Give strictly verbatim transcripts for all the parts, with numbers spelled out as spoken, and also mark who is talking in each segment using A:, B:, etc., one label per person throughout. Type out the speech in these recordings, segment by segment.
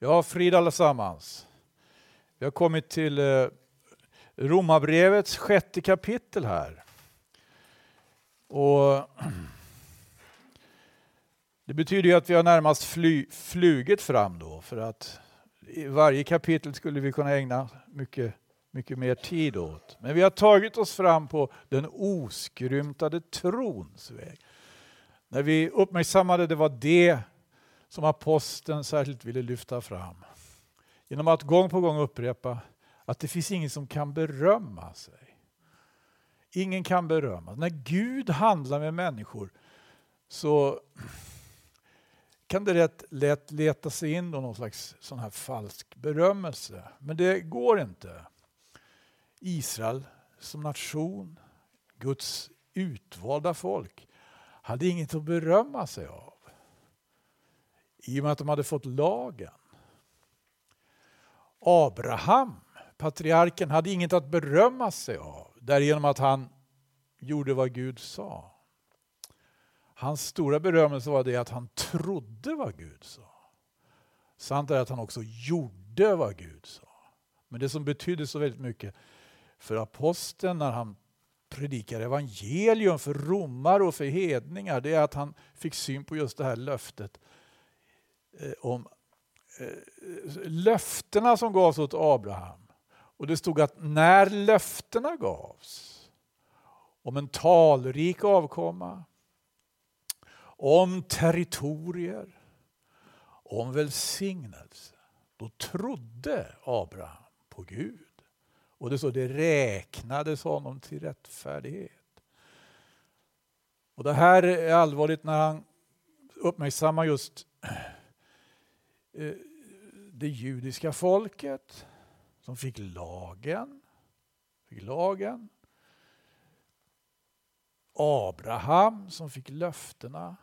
A: Ja, frid allesammans. Vi har kommit till eh, Romarbrevets sjätte kapitel här. Och det betyder ju att vi har närmast fly, flugit fram då, för att i varje kapitel skulle vi kunna ägna mycket, mycket mer tid åt. Men vi har tagit oss fram på den oskrymtade trons väg. När vi uppmärksammade det var det som aposteln särskilt ville lyfta fram. Genom att gång på gång upprepa att det finns ingen som kan berömma sig. Ingen kan berömma. När Gud handlar med människor så kan det rätt lätt leta sig in då någon slags sån här falsk berömmelse. Men det går inte. Israel som nation, Guds utvalda folk, hade inget att berömma sig av. I och med att de hade fått lagen. Abraham, patriarken, hade inget att berömma sig av. Därigenom att han gjorde vad Gud sa. Hans stora berömmelse var det att han trodde vad Gud sa. Sant är att han också gjorde vad Gud sa. Men det som betydde så väldigt mycket för aposteln när han predikar evangelium för romare och för hedningar, det är att han fick syn på just det här löftet eh, om eh, löftena som gavs åt Abraham. Och det stod att när löftena gavs om en talrik avkomma, om territorier, om välsignelse, då trodde Abraham på Gud. Och det så det räknades honom till rättfärdighet. Och det här är allvarligt när han uppmärksammar just eh, det judiska folket som fick lagen. Fick lagen. Abraham som fick löftena.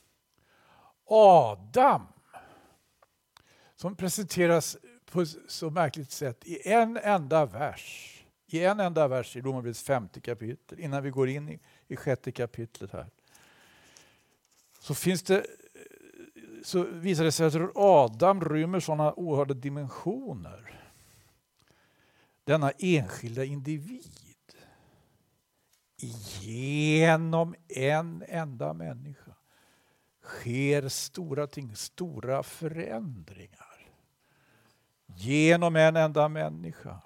A: Adam som presenteras på ett så märkligt sätt i en enda vers. I en enda vers i Romarbrevets femte kapitel. Innan vi går in i, i sjätte kapitlet här. Så finns det så visar det sig att Adam rymmer sådana oerhörda dimensioner. Denna enskilda individ. Genom en enda människa sker stora ting, stora förändringar. Genom en enda människa.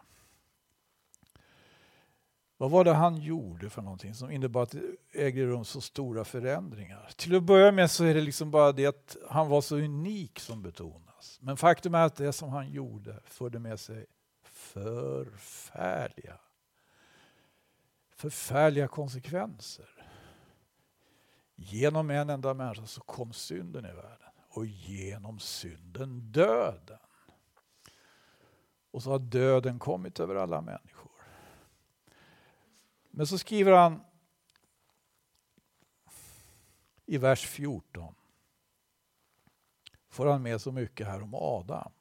A: Vad var det han gjorde för någonting som innebar att det ägde rum så stora förändringar? Till att börja med så är det liksom bara det att han var så unik som betonas. Men faktum är att det som han gjorde förde med sig förfärliga, förfärliga konsekvenser. Genom en enda människa så kom synden i världen. Och genom synden döden. Och så har döden kommit över alla människor. Men så skriver han i vers fjorton. Får han med så mycket här om Adam.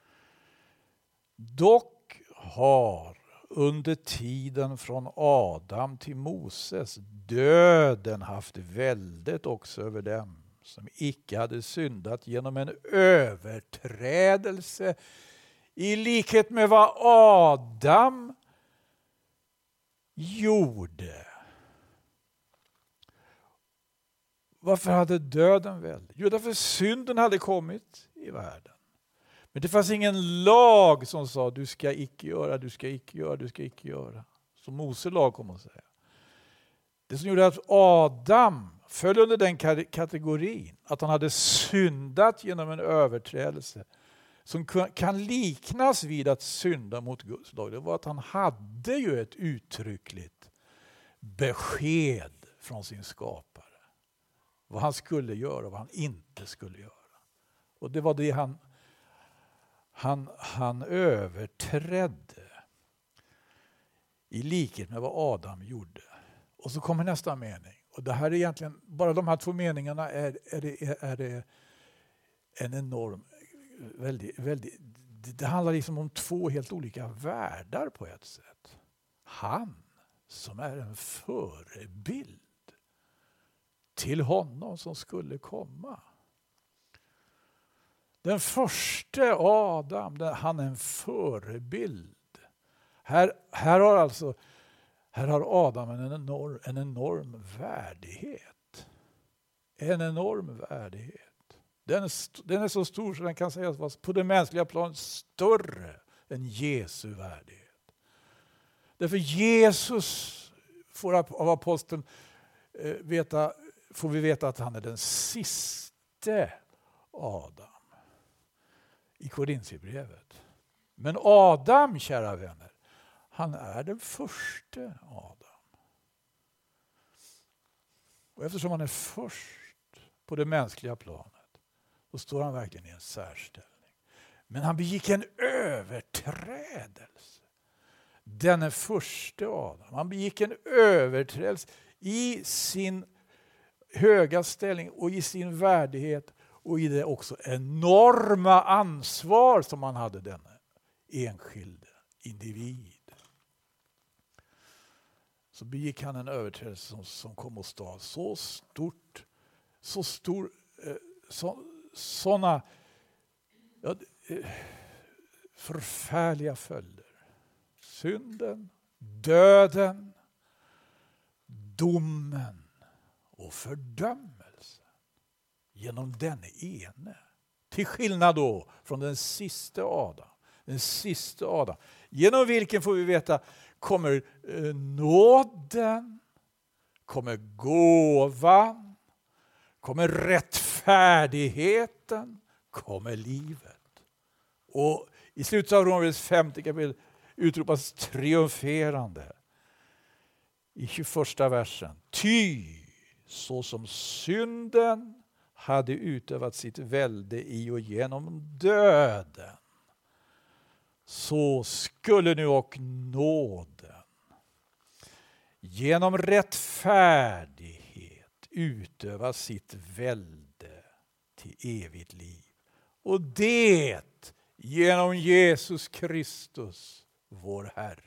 A: Dock har under tiden från Adam till Moses döden haft väldet också över dem som icke hade syndat genom en överträdelse i likhet med vad Adam gjorde. Varför hade döden väldigt? Jo, därför synden hade kommit i världen. Men det fanns ingen lag som sa du ska icke göra, du ska icke göra, du ska icke göra. Som Mose lag kommer att säga. Det som gjorde att Adam föll under den kategorin, att han hade syndat genom en överträdelse som kan liknas vid att synda mot Guds lag, det var att han hade ju ett uttryckligt besked från sin skapare. Vad han skulle göra och vad han inte skulle göra. Och det var det han, han, han överträdde i likhet med vad Adam gjorde. Och så kommer nästa mening. Och det här är egentligen, bara de här två meningarna är, är, det, är det en enorm, väldigt, väldigt, det handlar liksom om två helt olika världar på ett sätt. Han som är en förebild till honom som skulle komma. Den första Adam, han är en förebild. Här, här har alltså här har Adam en enorm, en enorm värdighet. En enorm värdighet. Den är, den är så stor så den kan sägas vara på det mänskliga planet större än Jesu värdighet. Därför Jesus får av aposteln eh, veta, får vi veta att han är den siste Adam i Korintierbrevet. Men Adam, kära vänner, han är den första Adam. Och eftersom han är först på det mänskliga planet, då står han verkligen i en särställning. Men han begick en överträdelse. Den är första Adam. Han begick en överträdelse i sin höga ställning och i sin värdighet och i det också enorma ansvar som han hade, denna enskilde individ. Så begick han en överträdelse som, som kom att stå så stort, så stor, eh, så, såna ja, eh, förfärliga följder. Synden, döden, domen och fördömelsen genom den ene. Till skillnad då från den sista Adam. Den sista Adam. Genom vilken får vi veta kommer eh, nåden, kommer gåvan, kommer rättfärdigheten, kommer livet. Och i slutet av Romarbrevets femte kapitel utropas triumferande i tjugoförsta versen. Ty så som synden hade utövat sitt välde i och genom döden, så skulle nu och nåden genom rättfärdighet utöva sitt välde till evigt liv. Och det genom Jesus Kristus, vår Herre.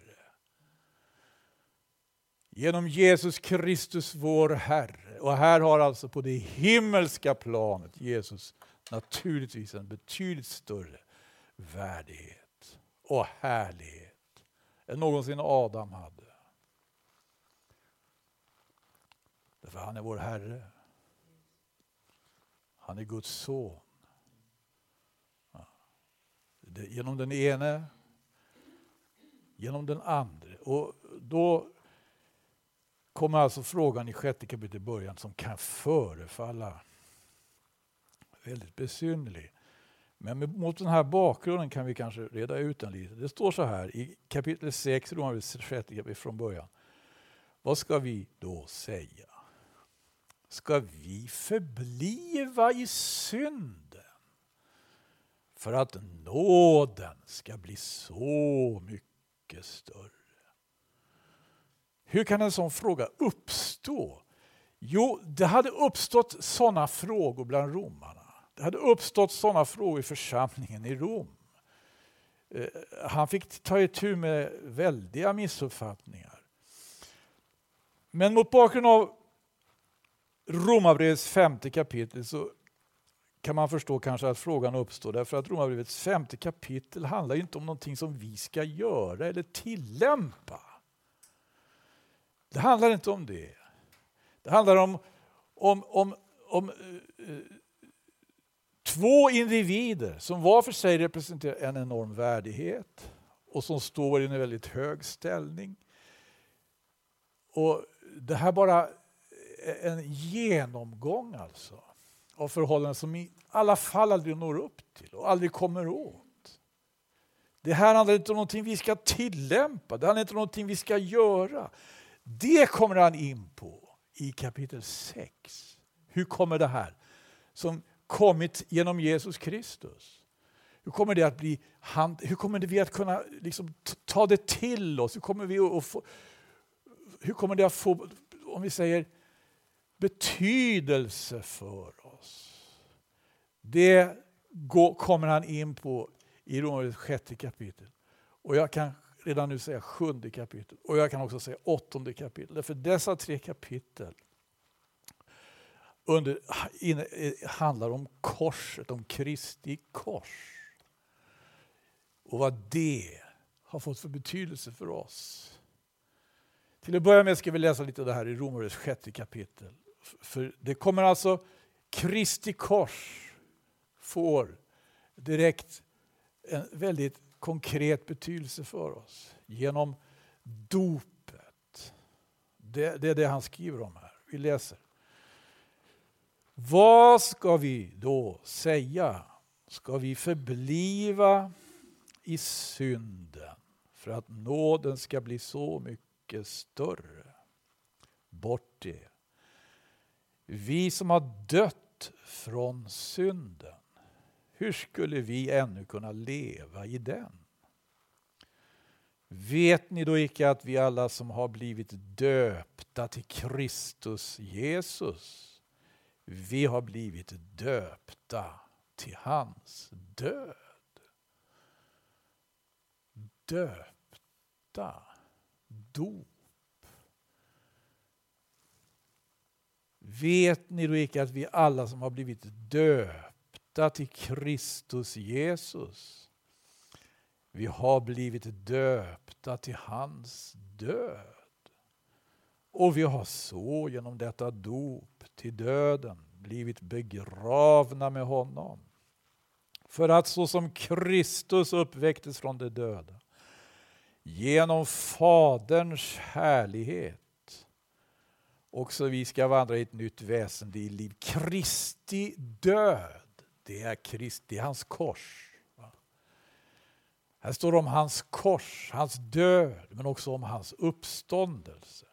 A: Genom Jesus Kristus, vår Herre. Och här har alltså på det himmelska planet Jesus naturligtvis en betydligt större värdighet och härlighet än någonsin Adam hade. Därför han är vår Herre. Han är Guds son. Det, genom den ene, genom den andra. Och då kommer alltså frågan i sjätte kapitel i början som kan förefalla väldigt besynnerlig. Men mot den här bakgrunden kan vi kanske reda ut den lite. Det står så här i kapitel sex, Romarbrevets sjätte kapitel från början. Vad ska vi då säga? Ska vi förbliva i synden för att nåden ska bli så mycket större? Hur kan en sån fråga uppstå? Jo, det hade uppstått sådana frågor bland romarna. Det hade uppstått sådana frågor i församlingen i Rom. Han fick ta itu med väldiga missuppfattningar. Men mot bakgrund av Romarbrevets femte kapitel så kan man förstå kanske att frågan uppstår. Därför att Romarbrevets femte kapitel handlar ju inte om någonting som vi ska göra eller tillämpa. Det handlar inte om det. Det handlar om, om, om, om uh, två individer som var för sig representerar en enorm värdighet och som står i en väldigt hög ställning. Och det här bara är en genomgång alltså av förhållanden som i alla fall aldrig når upp till och aldrig kommer åt. Det här handlar inte om någonting vi ska tillämpa. Det handlar inte om någonting vi ska göra. Det kommer han in på i kapitel sex. Hur kommer det här som kommit genom Jesus Kristus? Hur kommer det att bli hand, hur kommer det vi att kunna liksom ta det till oss? Hur kommer vi att få, hur kommer det att få, om vi säger, betydelse för oss? Det går, kommer han in på i Romarbrevets sjätte kapitel. Och jag kan redan nu säga sjunde kapitel. Och jag kan också säga åttonde kapitel. För dessa tre kapitel under, in, handlar om korset, om Kristi kors. Och vad det har fått för betydelse för oss. Till att börja med ska vi läsa lite av det här i Romarbrevets sjätte kapitel. För det kommer alltså, Kristi kors får direkt en väldigt konkret betydelse för oss. Genom dopet. Det, det är det han skriver om här. Vi läser. Vad ska vi då säga? Ska vi förbliva i synden för att nåden ska bli så mycket större? Bort det. Vi som har dött från synden, hur skulle vi ännu kunna leva i den? Vet ni då icke att vi alla som har blivit döpta till Kristus Jesus, vi har blivit döpta till hans död? Döpta, dop. Vet ni då icke att vi alla som har blivit döpta till Kristus Jesus, vi har blivit döpta till hans död. Och vi har så genom detta dop till döden blivit begravna med honom. För att så som Kristus uppväcktes från de döda, genom Faderns härlighet, också vi ska vandra i ett nytt väsen i liv. Kristi död, det är Kristi, hans kors. Här står det om hans kors, hans död, men också om hans uppståndelse.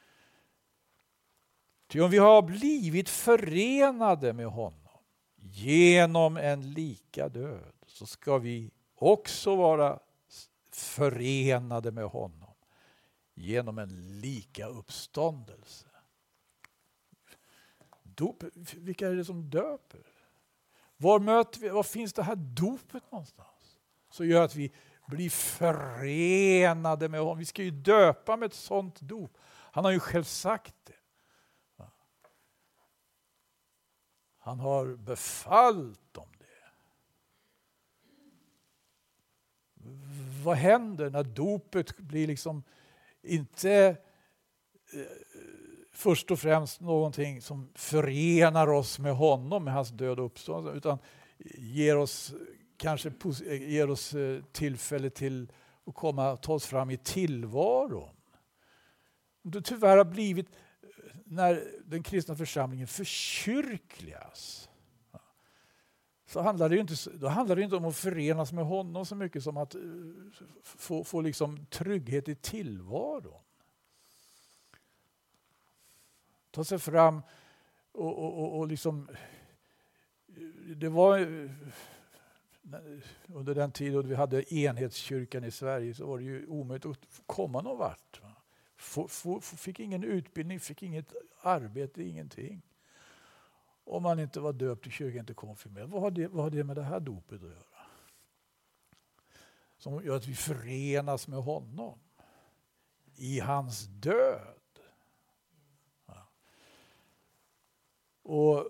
A: Ty om vi har blivit förenade med honom genom en lika död, så ska vi också vara förenade med honom genom en lika uppståndelse. Dop, vilka är det som döper? Var möter vi, var finns det här dopet någonstans? Så gör att vi blir förenade med honom. Vi ska ju döpa med ett sånt dop. Han har ju själv sagt det. Han har befallt om det. Vad händer när dopet blir liksom inte eh, först och främst någonting som förenar oss med honom, med hans död och uppståndelse, utan ger oss kanske ger oss tillfälle till att komma ta oss fram i tillvaron. Det tyvärr har blivit, när den kristna församlingen förkyrkligas, så handlar det ju inte, då handlar det inte om att förenas med honom så mycket som att få, få liksom trygghet i tillvaron. Ta sig fram och, och, och, och liksom, det var under den tiden vi hade enhetskyrkan i Sverige, så var det ju omöjligt att komma någon vart. F- f- fick ingen utbildning, fick inget arbete, ingenting. Om man inte var döpt i kyrkan, inte konfirmerad. Vad har det, vad har det med det här dopet att göra? Som gör att vi förenas med honom i hans död. Ja. Och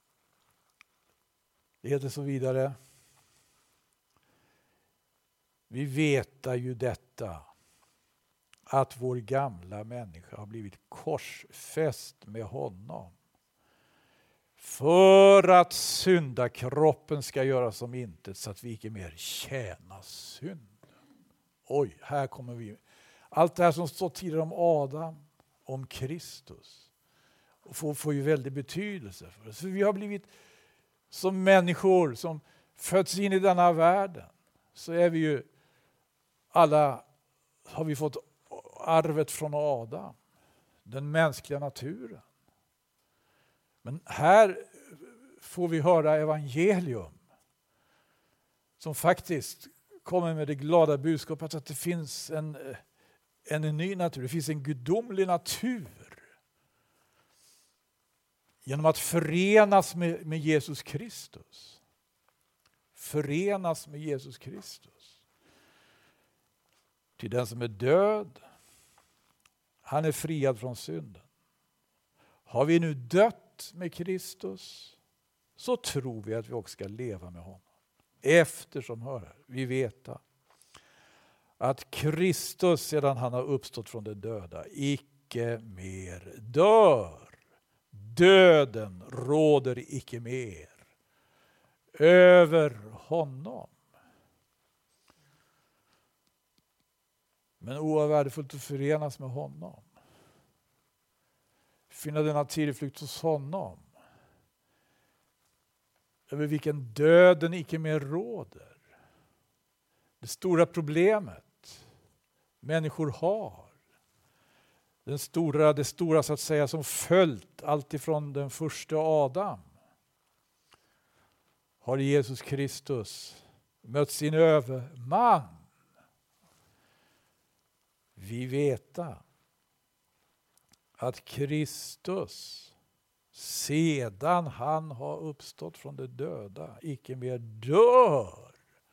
A: det heter så vidare. Vi vet ju detta, att vår gamla människa har blivit korsfäst med honom, för att syndakroppen ska göras som intet, så att vi inte mer tjänar synden. Oj, här kommer vi. Allt det här som står tidigare om Adam, om Kristus, får, får ju väldigt betydelse för oss. För vi har blivit som människor som föds in i denna världen, så är vi ju alla, har vi fått arvet från Adam, den mänskliga naturen. Men här får vi höra evangelium som faktiskt kommer med det glada budskapet att det finns en, en ny natur, det finns en gudomlig natur. Genom att förenas med, med Jesus Kristus. Förenas med Jesus Kristus. Till den som är död, han är friad från synden. Har vi nu dött levt med Kristus, så tror vi att vi också ska leva med honom. Eftersom, hör, vi vet att Kristus sedan han har uppstått från de döda icke mer dör. Döden råder icke mer över honom. Men oerhört värdefullt att förenas med honom. Finna denna tillflykt hos honom. Över vilken döden icke mer råder. Det stora problemet människor har. Den stora, det stora så att säga som följt allt ifrån den första Adam. Har Jesus Kristus mött sin överman. Vi vet att Kristus sedan han har uppstått från de döda icke mer dör.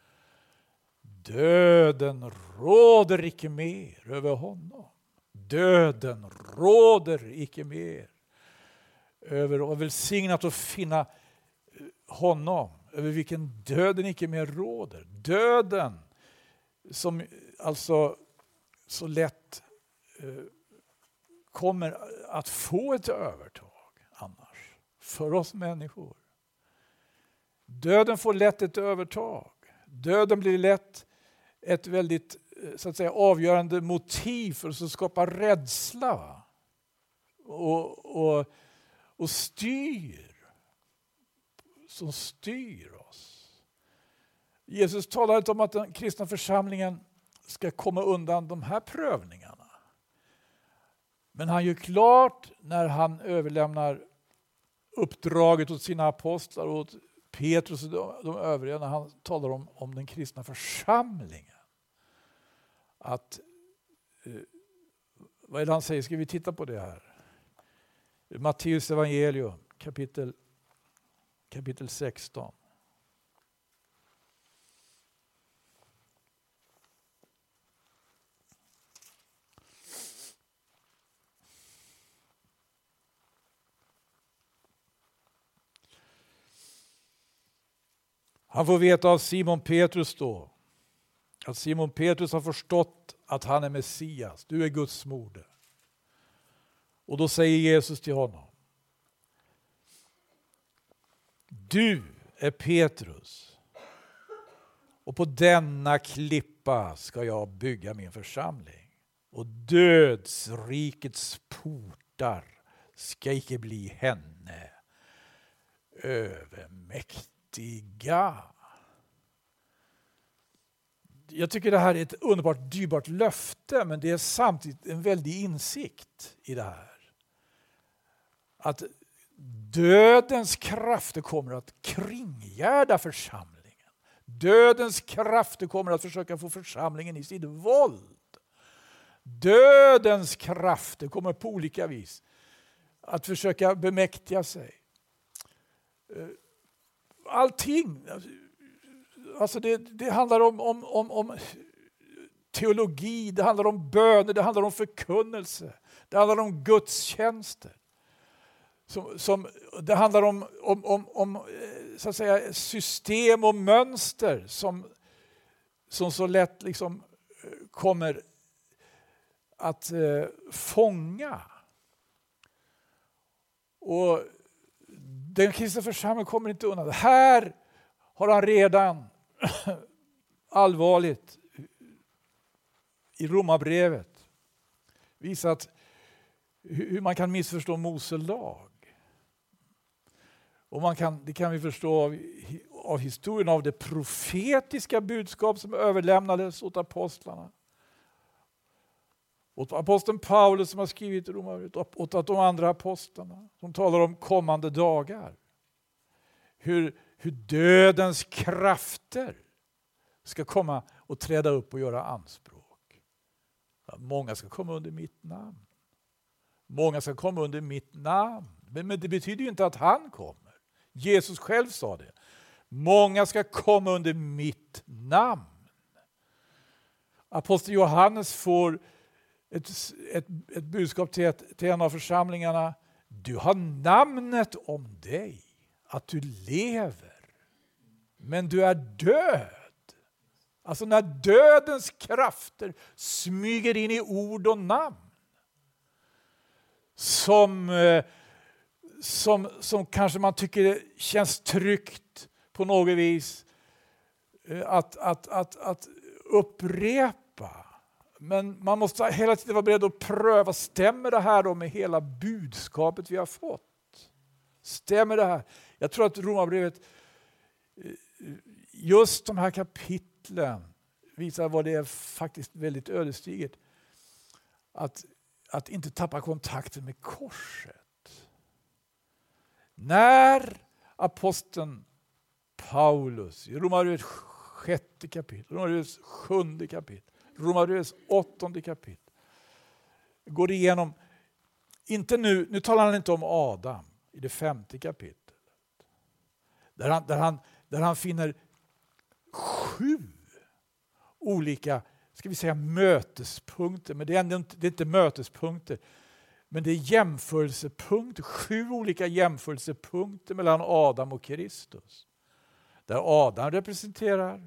A: Döden råder icke mer över honom. Döden råder icke mer över, och välsignat att finna honom över vilken döden icke mer råder. Döden som alltså så lätt eh, kommer att få ett övertag annars för oss människor. Döden får lätt ett övertag. Döden blir lätt ett väldigt så att säga avgörande motiv för att skapa rädsla, va? Och, och, och styr som styr oss. Jesus talar inte om att den kristna församlingen ska komma undan de här prövningarna. Men han gör klart när han överlämnar uppdraget åt sina apostlar och åt Petrus och de, de övriga, när han talar om, om den kristna församlingen. Att, eh, vad är det han säger? Ska vi titta på det här? Matteus evangelium kapitel, kapitel sexton. Han får veta av Simon Petrus då att Simon Petrus har förstått att han är Messias. Du är Guds moder. Och då säger Jesus till honom: du är Petrus, och på denna klippa ska jag bygga min församling. Och dödsrikets portar ska icke bli henne övermäktiga. Jag tycker det här är ett underbart, dyrbart löfte, men det är samtidigt en väldig insikt i det här. Att dödens krafter kommer att kringgärda församlingen. Dödens krafter kommer att försöka få församlingen i sitt våld. Dödens krafter kommer på olika vis att försöka bemäktiga sig. Allting, alltså det, det handlar om, om, om, om teologi, det handlar om böner, det handlar om förkunnelse, det handlar om gudstjänster. Som, som, det handlar om, om, om, om så att säga, system och mönster som, som så lätt liksom kommer att eh, fånga. Och den kristna församlingen kommer inte undan. Här har han redan allvarligt i Romarbrevet visat hur man kan missförstå Mose lag. Och man kan, det kan vi förstå av, av historien av det profetiska budskap som överlämnades åt apostlarna. Åt aposteln Paulus som har skrivit i Romarbrevet, åt de andra apostlarna som talar om kommande dagar. Hur, hur dödens krafter ska komma och träda upp och göra anspråk. Många ska komma under mitt namn. Många ska komma under mitt namn. Men, men det betyder ju inte att han kommer. Jesus själv sa det. Många ska komma under mitt namn. Apostel Johannes får ett, ett, ett budskap till, ett, till en av församlingarna. du har namnet om dig, att du lever, men du är död. Alltså när dödens krafter smyger in i ord och namn som, som, som kanske man tycker känns tryggt på något vis att, att, att, att upprepa. Men man måste hela tiden vara beredd att pröva, stämmer det här då med hela budskapet vi har fått? Stämmer det här? Jag tror att Romarbrevet, just de här kapitlen visar vad det är faktiskt väldigt ödesdigert. Att, att inte tappa kontakten med korset. När aposteln Paulus i Romarbrevets sjätte kapitel, Romarbrevets sjunde kapitel, Romarbrevets åttonde kapitel går igenom, inte nu, nu talar han inte om Adam i det femte kapitlet. Där han, där han, där han finner sju olika, ska vi säga mötespunkter, men det är, ändå inte, det är inte mötespunkter, men det är jämförelsepunkter, sju olika jämförelsepunkter mellan Adam och Kristus. Där Adam representerar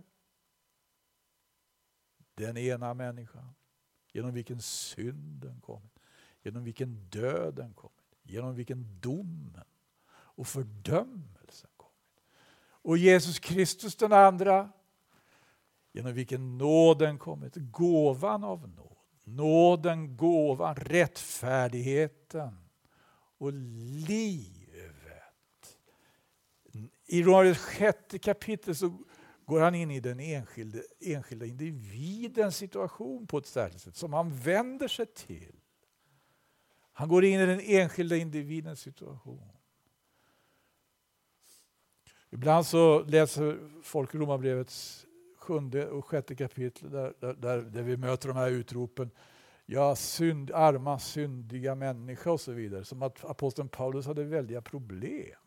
A: den ena människan, genom vilken synden kommit, genom vilken döden kommit, genom vilken domen och fördömelsen kommit. Och Jesus Kristus den andra, genom vilken nåden kommit, gåvan av nåd. Nåden, gåvan, rättfärdigheten och livet. I Romarbrevets sjätte kapitel så går han in i den enskilda, enskilda individens situation på ett särskilt sätt som han vänder sig till. Han går in i den enskilda individens situation. Ibland så läser folk Romarbrevets sjunde och sjätte kapitel där, där, där vi möter de här utropen. Ja, synd, arma, syndiga människa och så vidare. Som att aposteln Paulus hade väldiga problem.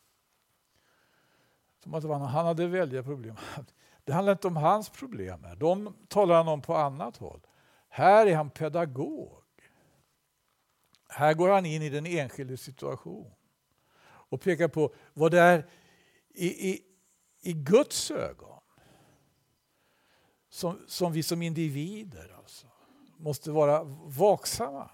A: Som att han hade väldiga problem. Det handlar inte om hans problem här. De talar han om på annat håll. Här är han pedagog. Här går han in i den enskilda situation. Och pekar på vad det är i, i, i Guds ögon. Som, som vi som individer alltså, måste vara vaksamma.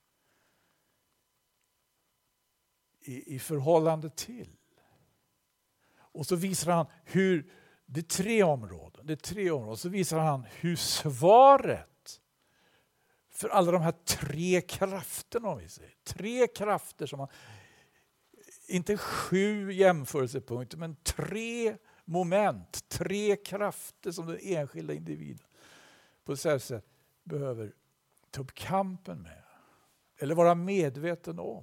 A: I, i förhållande till. Och så visar han hur, det är tre områden, det är tre områden. Så visar han hur svaret för alla de här tre krafterna, om vi säger. Tre krafter som man, inte sju jämförelsepunkter, men tre moment, tre krafter som den enskilda individen på ett särskilt sätt behöver ta upp kampen med. Eller vara medveten om.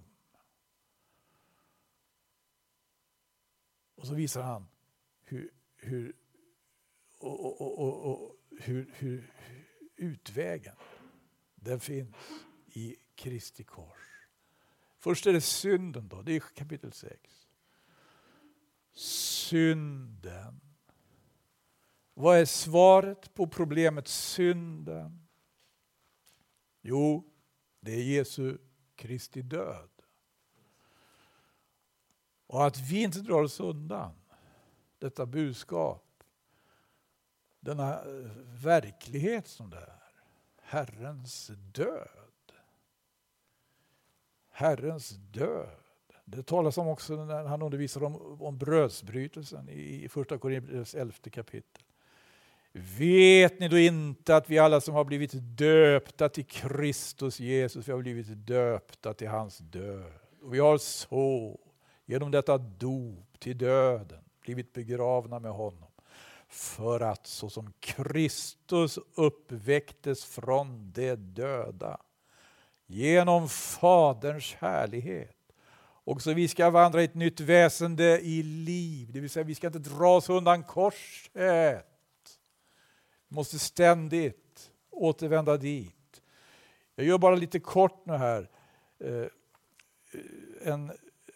A: Och så visar han hur, hur, och, och, och, och, och, hur, hur, hur utvägen den finns i Kristi kors. Först är det synden då, det är kapitel sex. Synden. Vad är svaret på problemet synden? Jo, det är Jesu Kristi död. Och att vi inte drar oss undan detta budskap, denna verklighet som det är. Herrens död. Herrens död. Det talas om också när han undervisar om, om brödsbrytelsen i, i första Korinthierbrevet elfte kapitel. Vet ni då inte att vi alla som har blivit döpta till Kristus Jesus, vi har blivit döpta till hans död. Och vi har så genom detta dop till döden blivit begravna med honom. För att så som Kristus uppväcktes från de döda genom Faderns härlighet. Och så vi ska vandra i ett nytt väsende i liv. Det vill säga vi ska inte dra oss undan korset. Vi måste ständigt återvända dit. Jag gör bara lite kort nu här. En...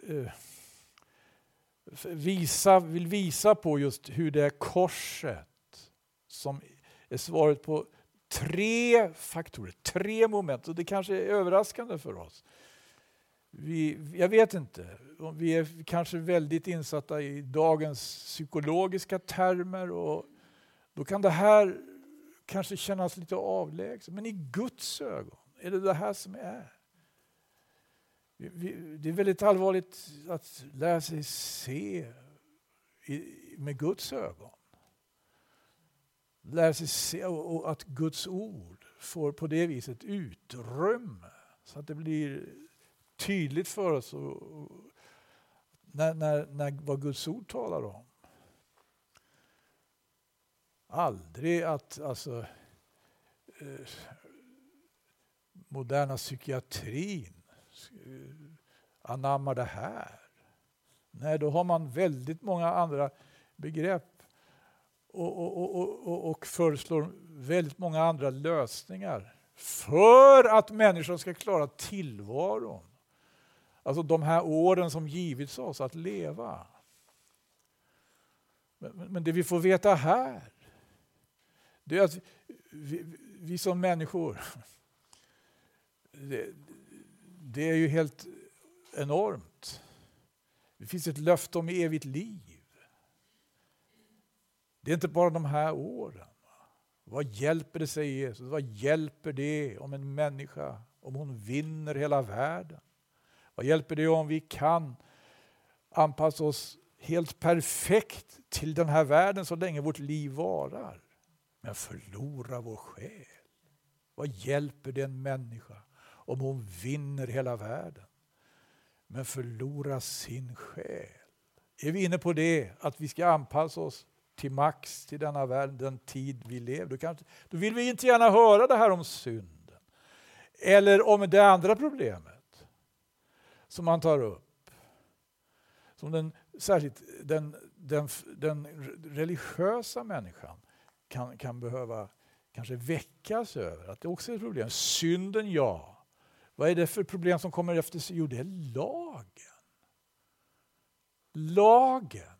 A: Visa, vill visa på just hur det är korset som är svaret på tre faktorer, tre moment. Och det kanske är överraskande för oss. Vi, jag vet inte, vi är kanske väldigt insatta i dagens psykologiska termer och då kan det här kanske kännas lite avlägset. Men i Guds ögon är det det här som är. Vi, vi, det är väldigt allvarligt att lära sig se i, med Guds ögon. Lära sig se och, och att Guds ord får på det viset utrymme så att det blir tydligt för oss och, och, när, när, när, vad Guds ord talar om. Aldrig att alltså, eh, moderna psykiatrin eh, anammar det här. Nej, då har man väldigt många andra begrepp och, och, och, och, och föreslår väldigt många andra lösningar för att människor ska klara tillvaron. Alltså de här åren som givits oss att leva. Men, men det vi får veta här, det är att vi, vi, vi som människor, det, det är ju helt enormt. Det finns ett löfte om evigt liv. Det är inte bara de här åren. Vad hjälper det, säger Jesus? Vad hjälper det om en människa, om hon vinner hela världen? Vad hjälper det om vi kan anpassa oss helt perfekt till den här världen så länge vårt liv varar? Men förlora vår själ. Vad hjälper det en människa om hon vinner hela världen men förlorar sin själ? Är vi inne på det, att vi ska anpassa oss till max till denna värld, den tid vi lever? Då, kan, då vill vi inte gärna höra det här om synden. Eller om det andra problemet som man tar upp. Som den, särskilt den, den, den religiösa människan kan, kan behöva kanske väckas över. Att det också är ett problem. Synden, ja. Vad är det för problem som kommer efter sig? Jo, det är lagen. Lagen.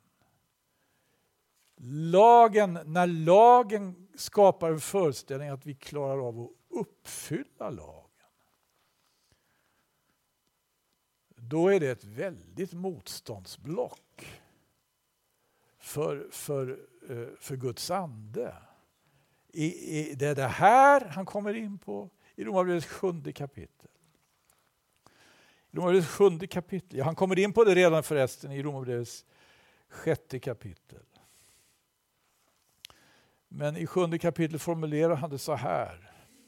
A: Lagen, när lagen skapar en föreställning att vi klarar av att uppfylla lagen. Då är det ett väldigt motståndsblock för, för, för Guds ande. I, i, det är det här han kommer in på i Romarbrevets sjunde kapitel. I Romarbrevets sjunde kapitel. Ja, han kommer in på det redan förresten i Romarbrevets sjätte kapitel. Men i sjunde kapitel formulerar han det så här.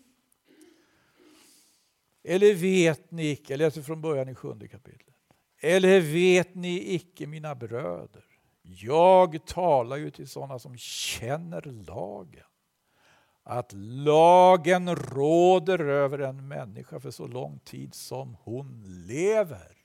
A: Eller vet ni icke, jag läser från början i sjunde kapitlet. Eller vet ni icke, mina bröder, jag talar ju till sådana som känner lagen, att lagen råder över en människa för så lång tid som hon lever.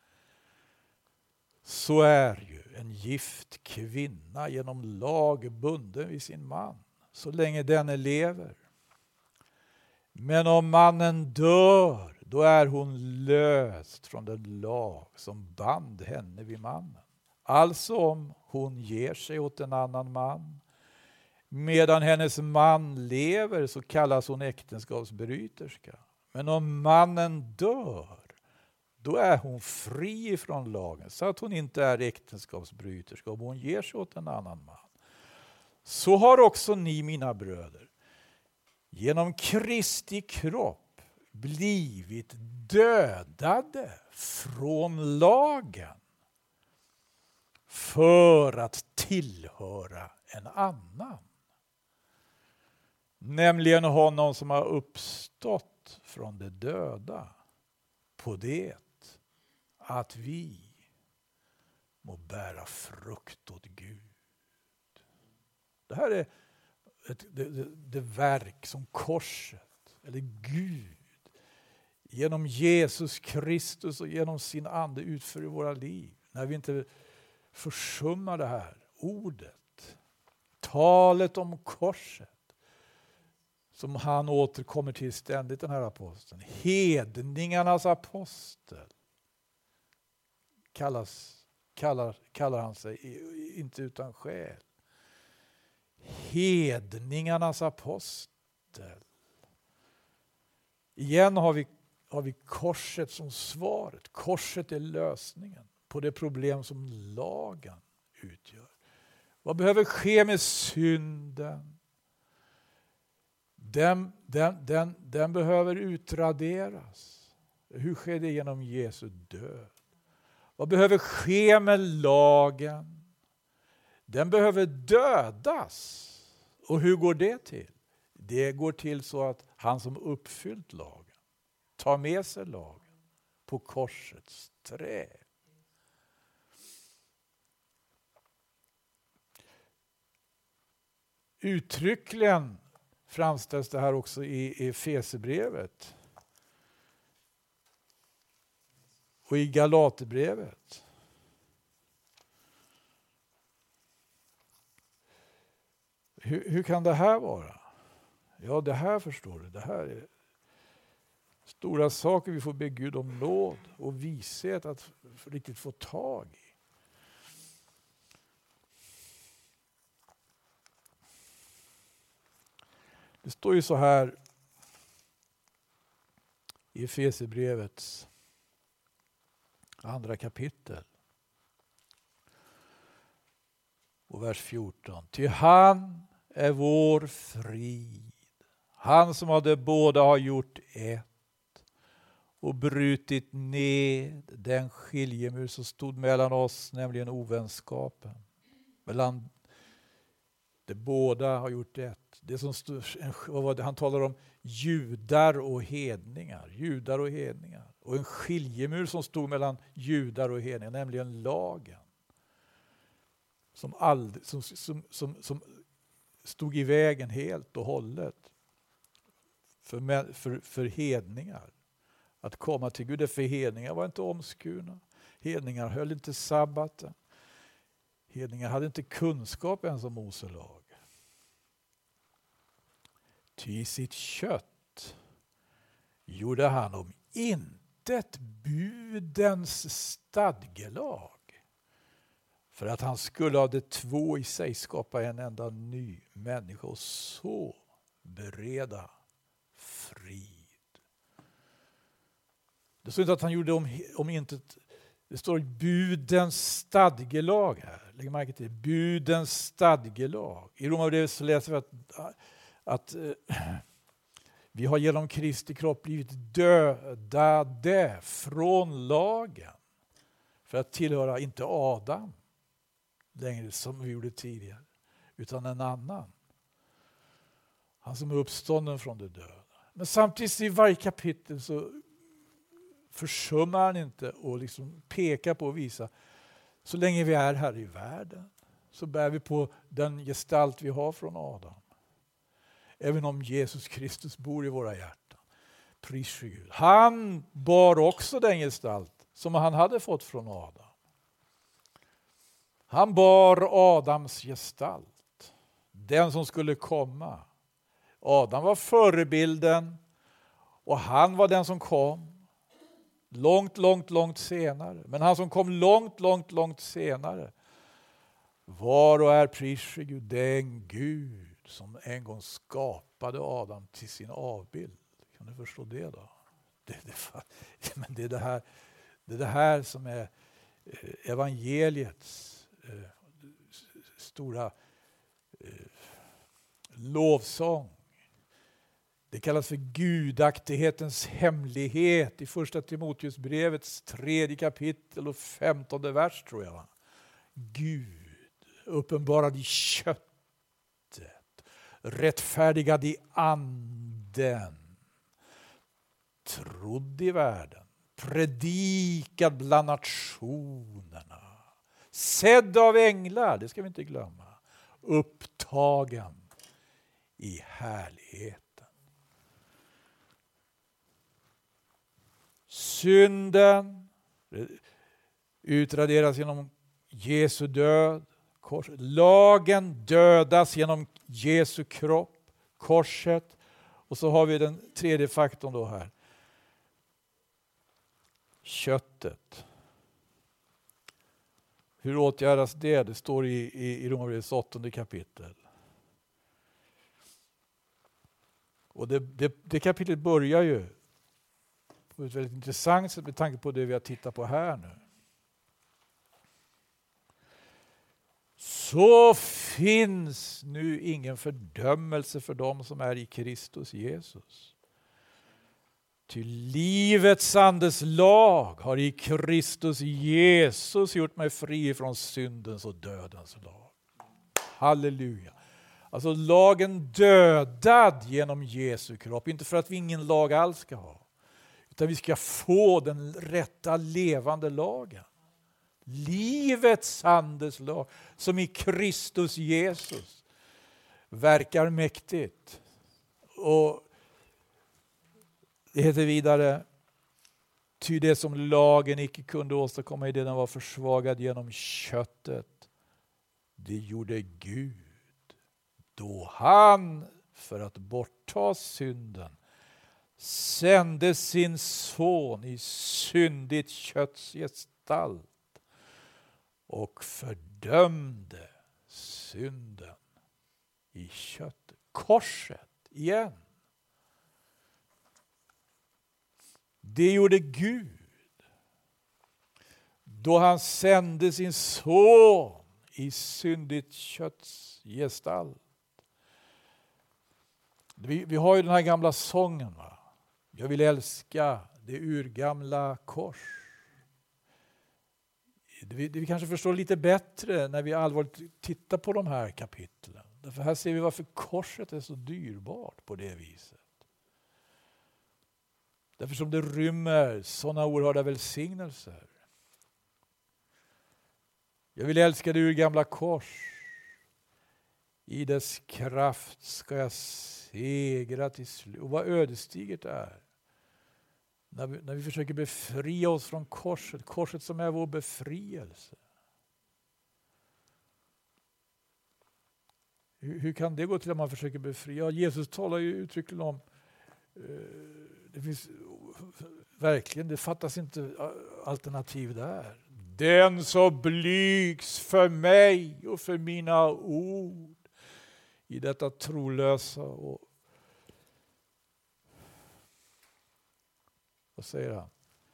A: Så är ju en gift kvinna genom lag bunden vid sin man, så länge denne lever. Men om mannen dör, då är hon löst från den lag som band henne vid mannen. Alltså om hon ger sig åt en annan man, medan hennes man lever, så kallas hon äktenskapsbryterska. Men om mannen dör, då är hon fri från lagen, så att hon inte är äktenskapsbryterska om hon ger sig åt en annan man. Så har också ni, mina bröder, genom Kristi kropp blivit dödade från lagen för att tillhöra en annan. Nämligen honom som har uppstått från de döda, på det att vi må bära frukt åt Gud. Det här är ett, det, det, det verk som korset, eller Gud, genom Jesus Kristus och genom sin ande utför i våra liv. När vi inte försummar det här ordet, talet om korset, som han återkommer till ständigt, den här aposteln. Hedningarnas apostel kallas, kallar, kallar han sig, inte utan skäl. Hedningarnas apostel. Igen har vi har vi korset som svaret. Korset är lösningen på det problem som lagen utgör. Vad behöver ske med synden? Den, den, den, den behöver utraderas. Hur sker det? Genom Jesu död. Vad behöver ske med lagen? Den behöver dödas. Och hur går det till? Det går till så att han som uppfyllt lagen tar med sig lagen på korsets trä. Uttryckligen framställs det här också i Efesierbrevet och i Galaterbrevet. Hur, hur kan det här vara? Ja, det här förstår du. Det här är stora saker vi får be Gud om nåd och vishet att riktigt få tag i. Det står ju så här i Efesierbrevets andra kapitel och vers fjorton. Ty han är vår frid. Han som hade båda har gjort ett och brutit ned den skiljemur som stod mellan oss, nämligen ovänskapen. Mellan de båda har gjort ett. Det som stod, vad var det? Han talar om judar och hedningar. Judar och hedningar. Och en skiljemur som stod mellan judar och hedningar, nämligen lagen. Som, aldrig, som, som, som, som stod i vägen helt och hållet för, för, för hedningar. Att komma till Gud, för hedningar var inte omskurna. Hedningar höll inte sabbaten. Hedningar hade inte kunskap ens om Mose lag. Ty sitt kött gjorde han om intet budens stadgelag. För att han skulle av det två i sig skapa en enda ny människa och så bereda frid. Det står inte att han gjorde om, om intet. Det står budens stadgelag här. Lägg märke till budens stadgelag. I Romarbrevet så läser vi att, att äh, vi har genom Kristi kropp blivit dödade från lagen. För att tillhöra inte Adam längre som vi gjorde tidigare, utan en annan. Han som är uppstånden från det döda. Men samtidigt i varje kapitel så försummar han inte och liksom pekar på och visa. Så länge vi är här i världen så bär vi på den gestalt vi har från Adam. Även om Jesus Kristus bor i våra hjärtan. Pris för Gud. Han bar också den gestalt som han hade fått från Adam. Han bar Adams gestalt. Den som skulle komma. Adam var förebilden och han var den som kom. Långt, långt, långt senare. Men han som kom långt, långt, långt senare var och är pris för Gud, den Gud som en gång skapade Adam till sin avbild. Kan du förstå det då? Det, det, men det, är det, här, det är det här som är evangeliets eh, stora eh, lovsång. Det kallas för gudaktighetens hemlighet i första Timoteusbrevets tredje kapitel och femtonde vers tror jag. Gud uppenbarad i köttet, rättfärdigad i anden, trodd i världen, predikad bland nationerna, sedd av änglar, det ska vi inte glömma, upptagen i härlighet. Synden utraderas genom Jesu död. Kors. Lagen dödas genom Jesu kropp, korset. Och så har vi den tredje faktorn då här. Köttet. Hur åtgärdas det? Det står i, i, i Romarbrevets åttonde kapitel. Och det, det, det kapitlet börjar ju på ett väldigt intressant sätt med tanke på det vi har tittat på här nu. Så finns nu ingen fördömelse för dem som är i Kristus Jesus. Ty livets andes lag har i Kristus Jesus gjort mig fri från syndens och dödens lag. Halleluja. Alltså lagen dödad genom Jesu kropp. Inte för att vi ingen lag alls ska ha. Utan vi ska få den rätta levande lagen. Livets andes lag som i Kristus Jesus verkar mäktigt. Och det heter vidare, ty det som lagen icke kunde åstadkomma i det den var försvagad genom köttet, det gjorde Gud. Då han, för att bortta synden, sände sin son i syndigt kötts gestalt och fördömde synden i köttet. Korset igen. Det gjorde Gud. Då han sände sin son i syndigt kötts gestalt. Vi, vi har ju den här gamla sången, va? Jag vill älska det urgamla kors. Det vi, det vi kanske förstår lite bättre när vi allvarligt tittar på de här kapitlen. Därför här ser vi varför korset är så dyrbart på det viset. Därför som det rymmer sådana oerhörda välsignelser. Jag vill älska det urgamla kors. I dess kraft ska jag segra till slut. Och vad ödesdigert är. När vi, när vi försöker befria oss från korset. Korset som är vår befrielse. Hur, hur kan det gå till att man försöker befria? Ja, Jesus talar ju uttryckligen om eh, det finns verkligen, det fattas inte alternativ där. Den som blygs för mig och för mina ord i detta trolösa och vad säger han?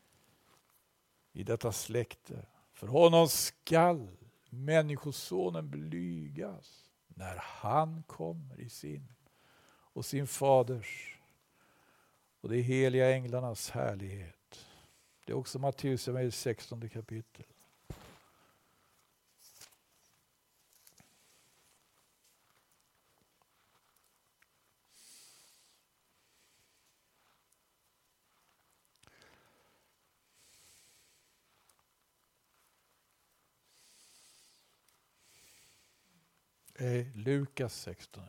A: I detta släkte. För honom skall människosonen blygas när han kommer i sin och sin faders och de heliga änglarnas härlighet. Det är också Matteus sextonde kapitel. Eh, Lukas sexton.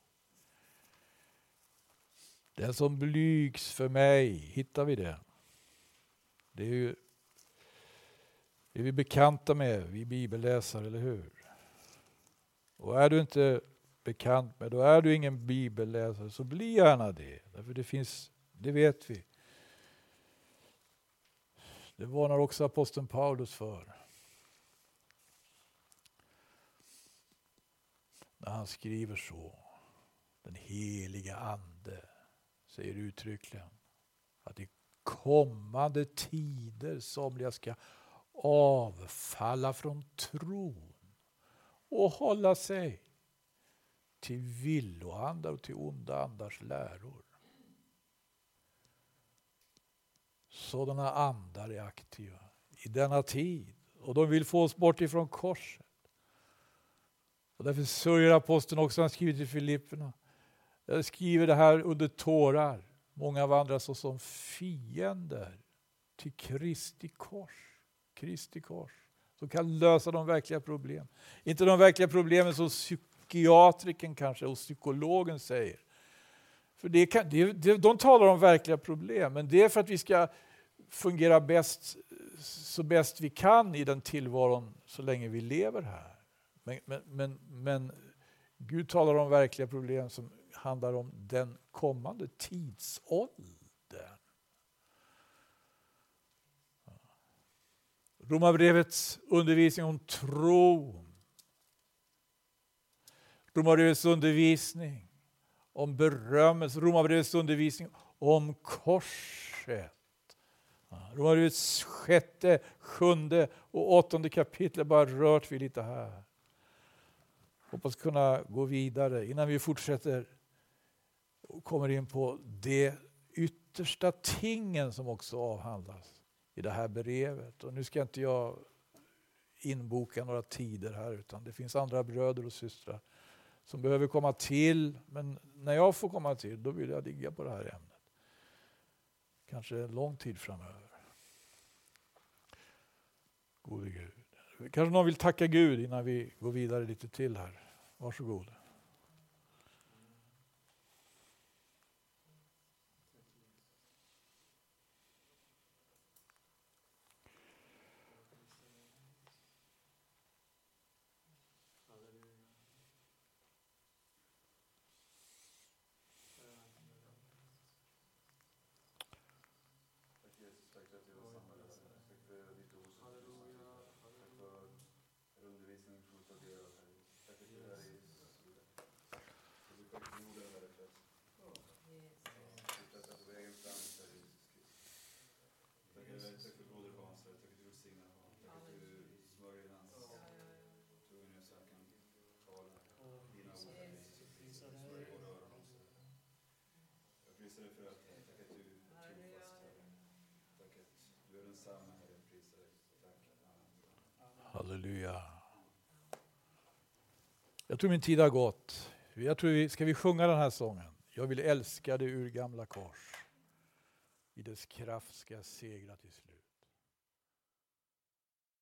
A: Den som blygs för mig, hittar vi det? Det är ju det är vi bekanta med, vi bibelläsare, eller hur? Och är du inte bekant med, då är du ingen bibelläsare, så bli gärna det. Därför det finns, det vet vi. Det varnar också aposteln Paulus för. När han skriver så, den heliga ande säger uttryckligen att i kommande tider somliga ska avfalla från tron och hålla sig till villoandar och till onda andars läror. Sådana andar är aktiva i denna tid och de vill få oss bort ifrån korset. Och därför sörjer aposteln också, han skriver till Filipperna. Jag skriver det här under tårar. Många vandrar så som fiender till Kristi kors. Kristi kors. Som kan lösa de verkliga problemen. Inte de verkliga problemen som psykiatriken kanske och psykologen säger. För det kan, det, det, de talar om verkliga problem. Men det är för att vi ska fungera bäst, så bäst vi kan i den tillvaron så länge vi lever här. Men, men, men, men Gud talar om verkliga problem som handlar om den kommande tidsåldern. Romarbrevets undervisning om tron. Romarbrevets undervisning om berömmelse. Romarbrevets undervisning om korset. Romarbrevets sjätte, sjunde och åttonde kapitel bara rört vi lite här. Hoppas kunna gå vidare innan vi fortsätter och kommer in på det yttersta tingen som också avhandlas i det här brevet. Och nu ska inte jag inboka några tider här, utan det finns andra bröder och systrar som behöver komma till. Men när jag får komma till, då vill jag ligga på det här ämnet. Kanske en lång tid framöver. Gode Gud. Kanske någon vill tacka Gud innan vi går vidare lite till här. Varsågod. Halleluja. Jag tror min tid har gått. Jag tror vi, ska vi sjunga den här sången? Jag vill älska det ur gamla kors. I dess kraft ska jag segra till slut.